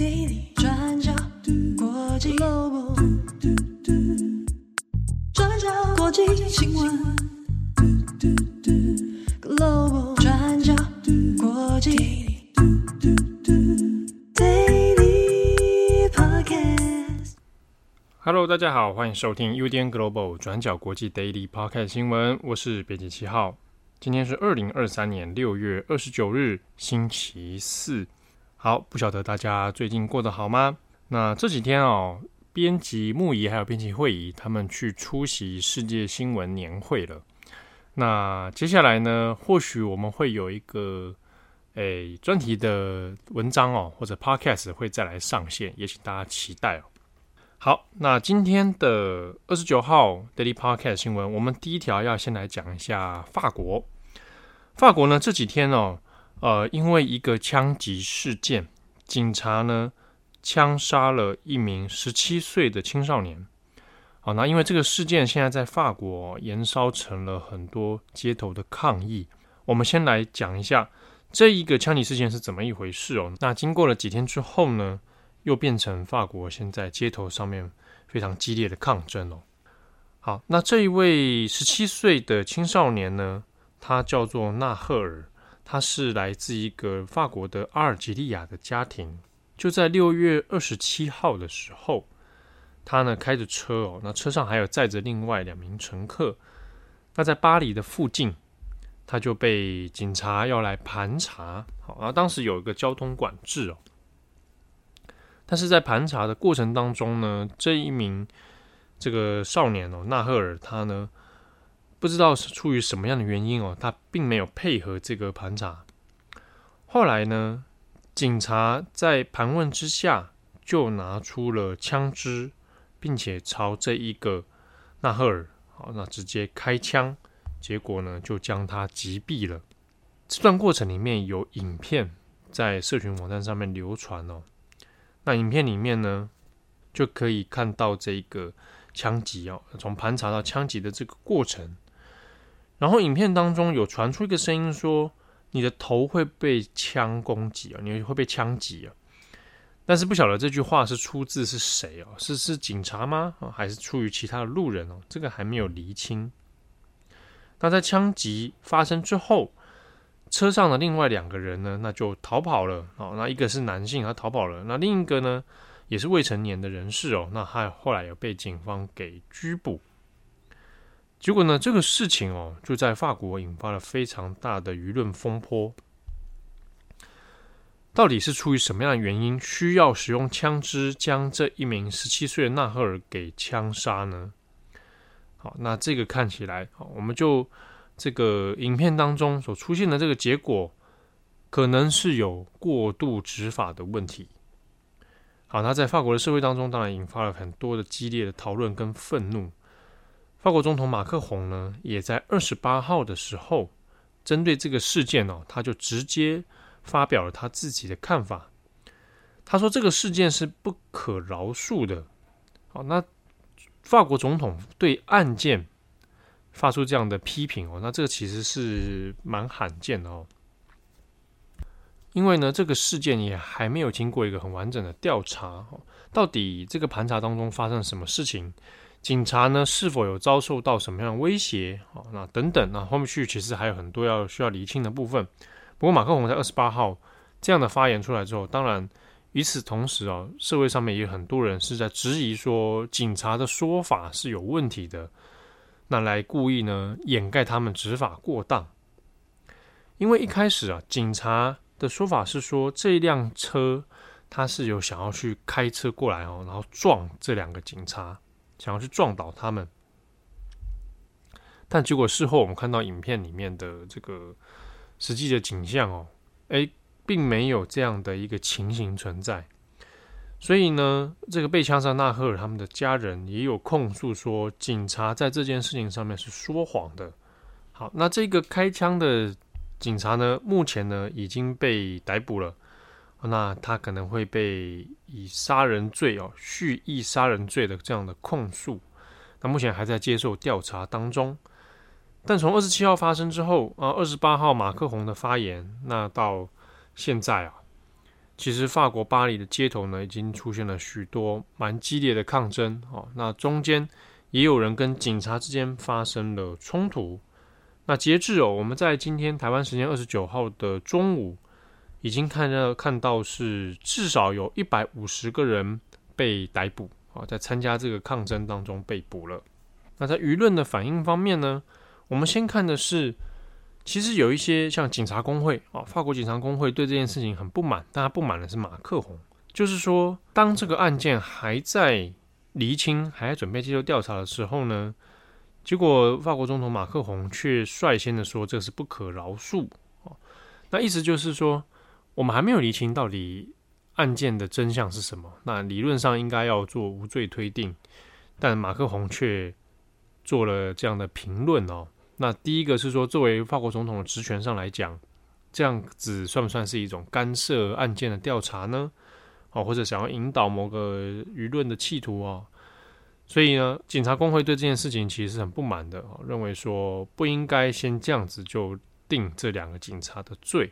Daily 转角国际 Global 转角国际新闻 Global 转角国际 Daily Podcast。 Hello， 大家好，欢迎收听 UDN Global 转角国际 Daily Podcast 新闻，我是编辑7号。今天是2023年6月29日，星期四。好，不晓得大家最近过得好吗？那这几天编辑木仪还有编辑会议，他们去出席世界新闻年会了。那接下来呢，或许我们会有一个专题的文章或者 podcast 会再来上线，也请大家期待哦。好，那今天的29号 Daily Podcast 新闻，我们第一条要先来讲一下法国。法国呢这几天因为一个枪击事件，警察呢枪杀了一名17岁的青少年。好，那因为这个事件现在在法国延烧成了很多街头的抗议。我们先来讲一下这一个枪击事件是怎么一回事哦。那经过了几天之后呢，又变成法国现在街头上面非常激烈的抗争哦。好，那这一位17岁的青少年呢，他叫做纳赫尔，他是来自一个法国的阿尔及利亚的家庭。就在6月27号的时候，他呢开着车那车上还有载着另外2名乘客。那在巴黎的附近，他就被警察要来盘查。好，那当时有一个交通管制但是在盘查的过程当中呢，这一名这个少年纳赫尔，他呢不知道是出于什么样的原因他并没有配合这个盘查。后来呢，警察在盘问之下就拿出了枪支，并且朝这一个纳赫尔那直接开枪，结果呢就将他击毙了。这段过程里面有影片在社群网站上面流传那影片里面呢就可以看到这个枪击从盘查到枪击的这个过程。然后影片当中有传出一个声音说，你的头会被枪攻击你会被枪击但是不晓得这句话是出自是谁是警察吗还是出于其他的路人这个还没有厘清。那在枪击发生之后，车上的另外2个人呢，那就逃跑了那一个是男性，他逃跑了。那另一个呢也是未成年的人士那他后来有被警方给拘捕。结果呢，这个事情就在法国引发了非常大的舆论风波。到底是出于什么样的原因，需要使用枪支将这一名17岁的纳赫尔给枪杀呢？好，那这个看起来我们就这个影片当中所出现的这个结果，可能是有过度执法的问题。好，那在法国的社会当中，当然引发了很多的激烈的讨论跟愤怒。法国总统马克宏呢，也在28号的时候，针对这个事件他就直接发表了他自己的看法。他说这个事件是不可饶恕的。好，那法国总统对案件发出这样的批评那这个其实是蛮罕见的因为呢，这个事件也还没有经过一个很完整的调查到底这个盘查当中发生了什么事情，警察呢是否有遭受到什么样的威胁那等等，那后面去其实还有很多需要厘清的部分。不过马克宏在28号这样的发言出来之后，当然与此同时社会上面也有很多人是在质疑说警察的说法是有问题的，那来故意呢掩盖他们执法过当。因为一开始警察的说法是说这一辆车他是有想要去开车过来然后撞这2个警察，想要去撞倒他们。但结果事后我们看到影片里面的这个实际的景象并没有这样的一个情形存在。所以呢，这个被枪杀纳赫尔他们的家人也有控诉说，警察在这件事情上面是说谎的。好，那这个开枪的警察呢，目前呢已经被逮捕了。那他可能会被以杀人罪蓄意杀人罪的这样的控诉。那目前还在接受调查当中。但从27号发生之后28号马克宏的发言，那到现在其实法国巴黎的街头呢，已经出现了许多蛮激烈的抗争那中间也有人跟警察之间发生了冲突。那截至我们在今天台湾时间29号的中午，已经看到是至少有150个人被逮捕在参加这个抗争当中被捕了。那在舆论的反应方面呢，我们先看的是，其实有一些像警察工会法国警察工会对这件事情很不满，但他不满的是马克宏，就是说当这个案件还在厘清还在准备接受调查的时候呢，结果法国总统马克宏却率先的说这是不可饶恕那意思就是说我们还没有厘清到底案件的真相是什么，那理论上应该要做无罪推定，但马克宏却做了这样的评论那第一个是说，作为法国总统的职权上来讲，这样子算不算是一种干涉案件的调查呢？或者想要引导某个舆论的企图所以呢，警察工会对这件事情其实是很不满的认为说不应该先这样子就定这2个警察的罪。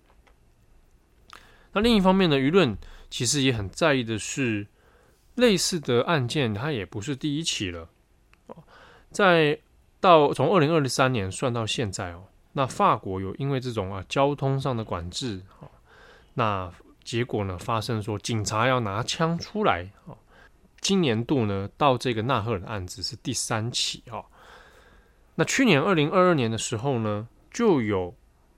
那另一方面呢，舆论其实也很在意的是，类似的案件它也不是第一起了从2023年算到现在那法国有因为这种交通上的管制那结果呢发生说警察要拿枪出来今年度呢到这个纳赫尔的案子是第3起那去年2022年的时候呢，就有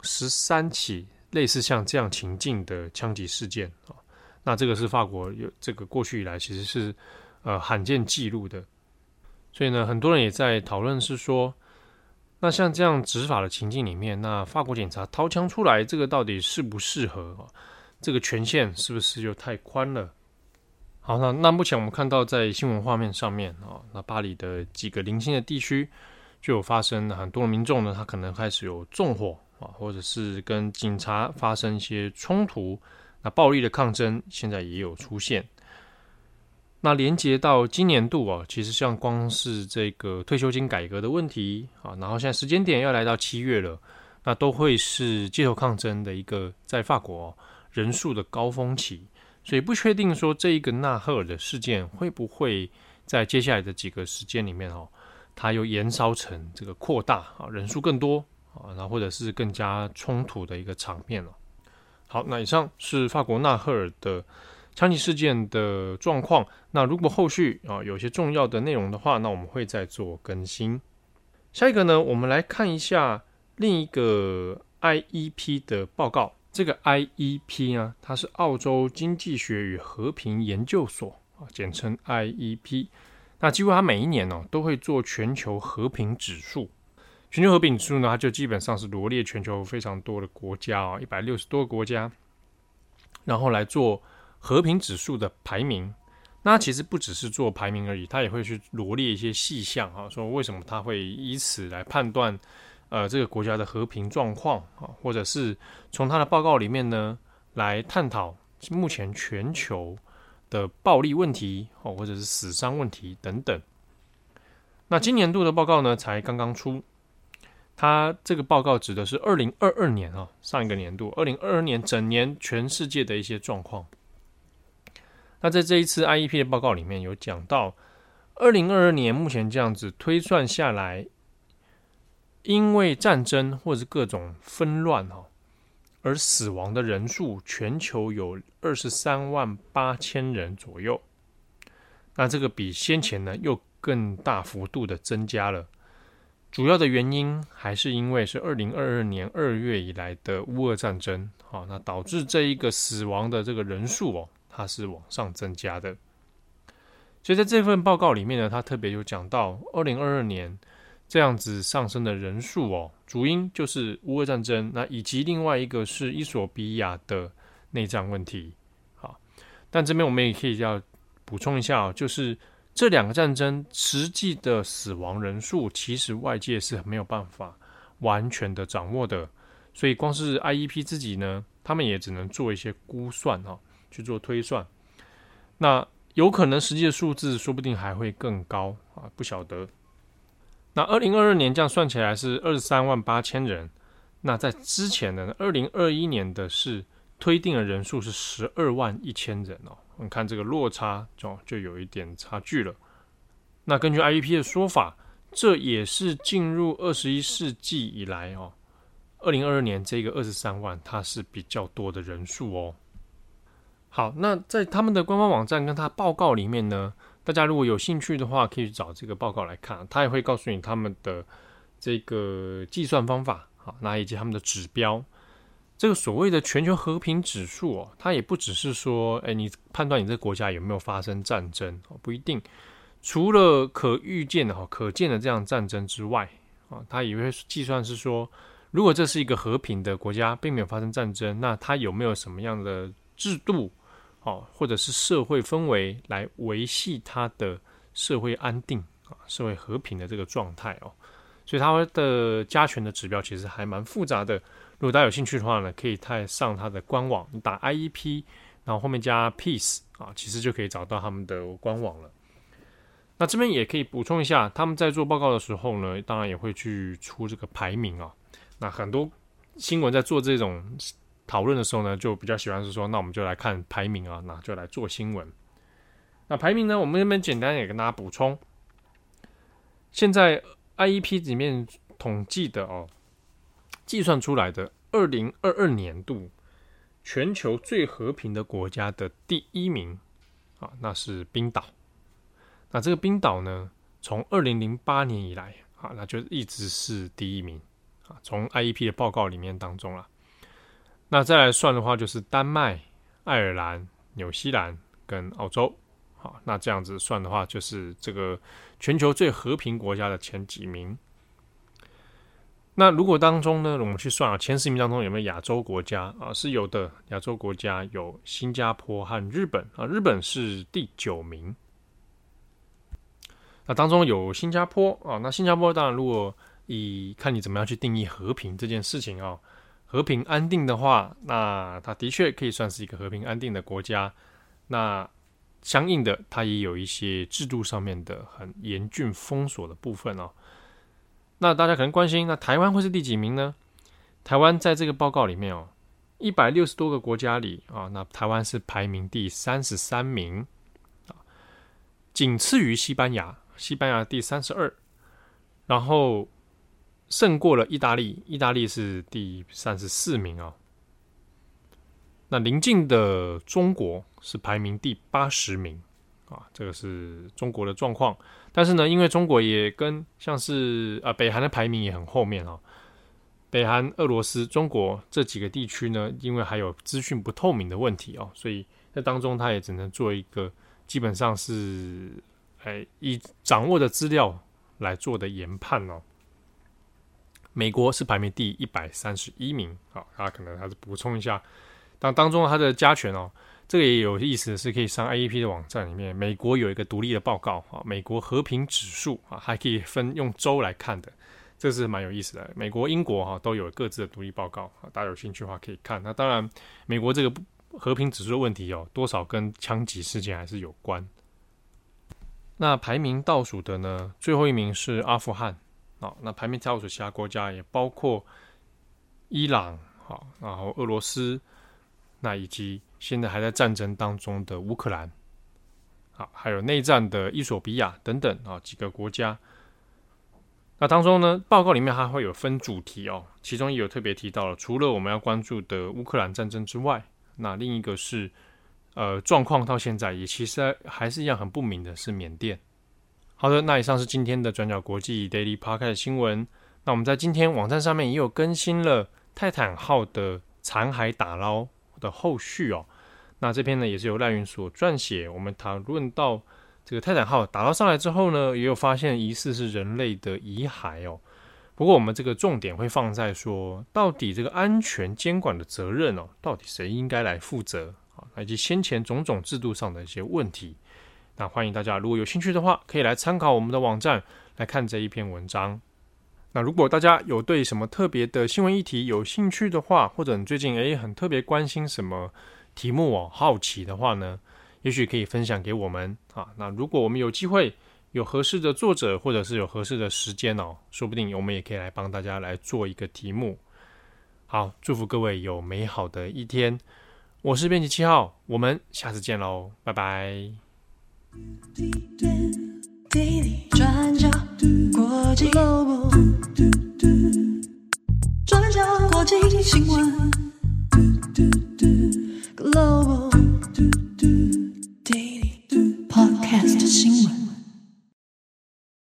13起类似像这样情境的枪击事件那这个是法国有这个过去以来其实是罕见记录的。所以呢，很多人也在讨论是说，那像这样执法的情境里面，那法国警察掏枪出来，这个到底适不适合这个权限是不是就太宽了？好，那目前我们看到在新闻画面上面那巴黎的几个零星的地区就有发生很多的民众呢，他可能开始有纵火或者是跟警察发生一些冲突，那暴力的抗争现在也有出现。那连接到今年度其实像光是这个退休金改革的问题然后现在时间点要来到7月了，那都会是街头抗争的一个在法国人数的高峰期，所以不确定说这一个纳赫尔的事件会不会在接下来的几个时间里面它又延烧成这个扩大人数更多然后或者是更加冲突的一个场面了。好，那以上是法国纳赫尔的枪击事件的状况，那如果后续有些重要的内容的话，那我们会再做更新。下一个呢，我们来看一下另一个 IEP 的报告。这个 IEP 呢，它是澳洲经济学与和平研究所简称 IEP。那几乎它每一年都会做全球和平指数。全球和平指数呢，它就基本上是罗列全球非常多的国家160多个国家，然后来做和平指数的排名。那它其实不只是做排名而已，它也会去罗列一些细项说为什么它会以此来判断这个国家的和平状况或者是从它的报告里面呢来探讨目前全球的暴力问题或者是死伤问题等等。那今年度的报告呢才刚刚出，它这个报告指的是2022年上一个年度2022年整年全世界的一些状况。那在这一次 IEP 的报告里面有讲到2022年目前这样子推算下来，因为战争或者是各种纷乱而死亡的人数全球有238000人左右。那这个比先前呢又更大幅度的增加了。主要的原因还是因为是2022年2月以来的乌俄战争那导致这一个死亡的这个人数它是往上增加的。所以在这份报告里面呢，它特别有讲到2022年这样子上升的人数主因就是乌俄战争，那以及另外一个是伊索比亚的内战问题。好，但这边我们也可以要补充一下就是这2个战争实际的死亡人数其实外界是没有办法完全的掌握的，所以光是 IEP 自己呢，他们也只能做一些估算去做推算。那有可能实际的数字说不定还会更高不晓得。那2022年这样算起来是238000人，那在之前的2021年的是推定的人数是12.1万人哦。你看这个落差就有一点差距了。那根据 IEP 的说法，这也是进入21世纪以来哦，2022年这个23万，它是比较多的人数哦。好，那在他们的官方网站跟他报告里面呢，大家如果有兴趣的话，可以去找这个报告来看，他也会告诉你他们的这个计算方法，好，那以及他们的指标。这个所谓的全球和平指数哦，它也不只是说，你判断你这个国家有没有发生战争，不一定。除了可预见的、可见的这样战争之外，它也会计算是说，如果这是一个和平的国家，并没有发生战争，那它有没有什么样的制度，或者是社会氛围来维系它的社会安定、社会和平的这个状态哦。所以它的加权的指标其实还蛮复杂的。如果大家有兴趣的话呢，可以上它的官网，你打 IEP， 然后后面加 Peace 其实就可以找到他们的官网了。那这边也可以补充一下，他们在做报告的时候呢，当然也会去出这个排名啊。那很多新闻在做这种讨论的时候呢，就比较喜欢是说，那我们就来看排名啊，那就来做新闻。那排名呢，我们这边简单也跟大家补充，现在 IEP 里面统计的计算出来的2022年度全球最和平的国家的第1名那是冰岛。那这个冰岛呢，从2008年以来那就一直是第1名从 IEP 的报告里面当中啦。那再来算的话，就是丹麦、爱尔兰、纽西兰跟澳洲。好，那这样子算的话，就是这个全球最和平国家的前几名。那如果当中呢，我们去算前10名当中有没有亚洲国家是有的。亚洲国家有新加坡和日本日本是第9名。那当中有新加坡那新加坡当然如果看你怎么样去定义和平这件事情和平安定的话，那它的确可以算是一个和平安定的国家。那相应的，它也有一些制度上面的很严峻封锁的部分那大家可能关心，那台湾会是第几名呢？台湾在这个报告里面160多个国家里那台湾是排名第33名仅次于西班牙，西班牙第32，然后胜过了意大利，意大利是第34名那邻近的中国是排名第80名这个是中国的状况。但是呢，因为中国也跟像是北韩的排名也很后面北韩、俄罗斯、中国这几个地区呢，因为还有资讯不透明的问题所以在当中它也只能做一个基本上是以掌握的资料来做的研判美国是排名第131名大家可能还是补充一下。当中它的加权这个也有意思的是，可以上 IEP 的网站里面，美国有一个独立的报告美国和平指数还可以分用州来看的，这是蛮有意思的。美国、英国都有各自的独立报告大家有兴趣的话可以看。那当然，美国这个和平指数的问题多少跟枪击事件还是有关。那排名倒数的呢，最后1名是阿富汗那排名倒数其他国家也包括伊朗然后俄罗斯，那以及现在还在战争当中的乌克兰还有内战的伊索比亚等等几个国家。那当中呢，报告里面还会有分主题其中也有特别提到了，除了我们要关注的乌克兰战争之外，那另一个是状况到现在也其实还是一样很不明的是缅甸。好的，那以上是今天的转角国际 Daily Podcast 新闻。那我们在今天网站上面也有更新了泰坦号的残骸打捞的后续那这篇呢也是由赖云所撰写。我们讨论到这个泰坦号打捞上来之后呢，也有发现疑似是人类的遗骸不过我们这个重点会放在说，到底这个安全监管的责任到底谁应该来负责以及先前种种制度上的一些问题。那欢迎大家如果有兴趣的话，可以来参考我们的网站来看这一篇文章。那如果大家有对什么特别的新闻议题有兴趣的话，或者你最近很特别关心什么题目好奇的话呢，也许可以分享给我们那如果我们有机会有合适的作者或者是有合适的时间说不定我们也可以来帮大家来做一个题目。好，祝福各位有美好的一天。 我是编辑7号，我们下次见喽，拜拜。 转角国际 Global 转角国际新闻。